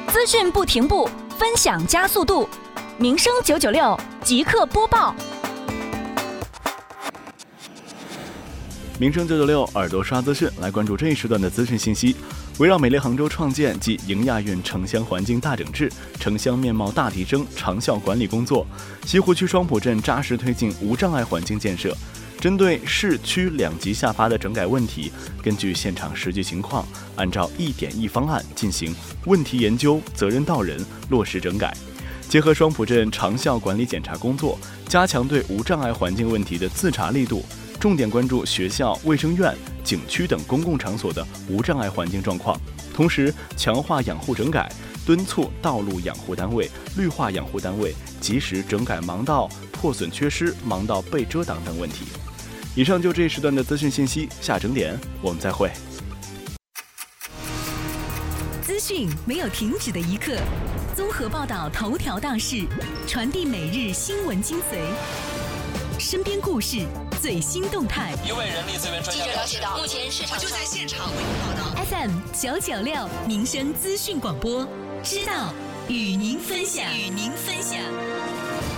资讯不停步，分享加速度。民生996即刻播报。 民生996耳朵刷资讯，来关注这一时段的资讯信息。围绕美丽杭州创建及迎亚运城乡环境大整治、城乡面貌大提升长效管理工作，西湖区双浦镇扎实推进无障碍环境建设。针对市区2级下发的整改问题，根据现场实际情况，按照1点1方案进行问题研究、责任到人，落实整改。结合双浦镇长效管理检查工作，加强对无障碍环境问题的自查力度，重点关注学校、卫生院、景区等公共场所的无障碍环境状况，同时强化养护整改，敦促道路养护单位、绿化养护单位及时整改盲道破损缺失、盲道被遮挡等问题。以上就这一时段的资讯信息，下整点我们再会。 资讯没有停止的一刻，综合报道头条大事，传递每日新闻精髓，身边故事最新动态。 一位人力资源专家了解到，目前市场就在现场为您报道。 FM 996民生资讯广播，知道与您分享。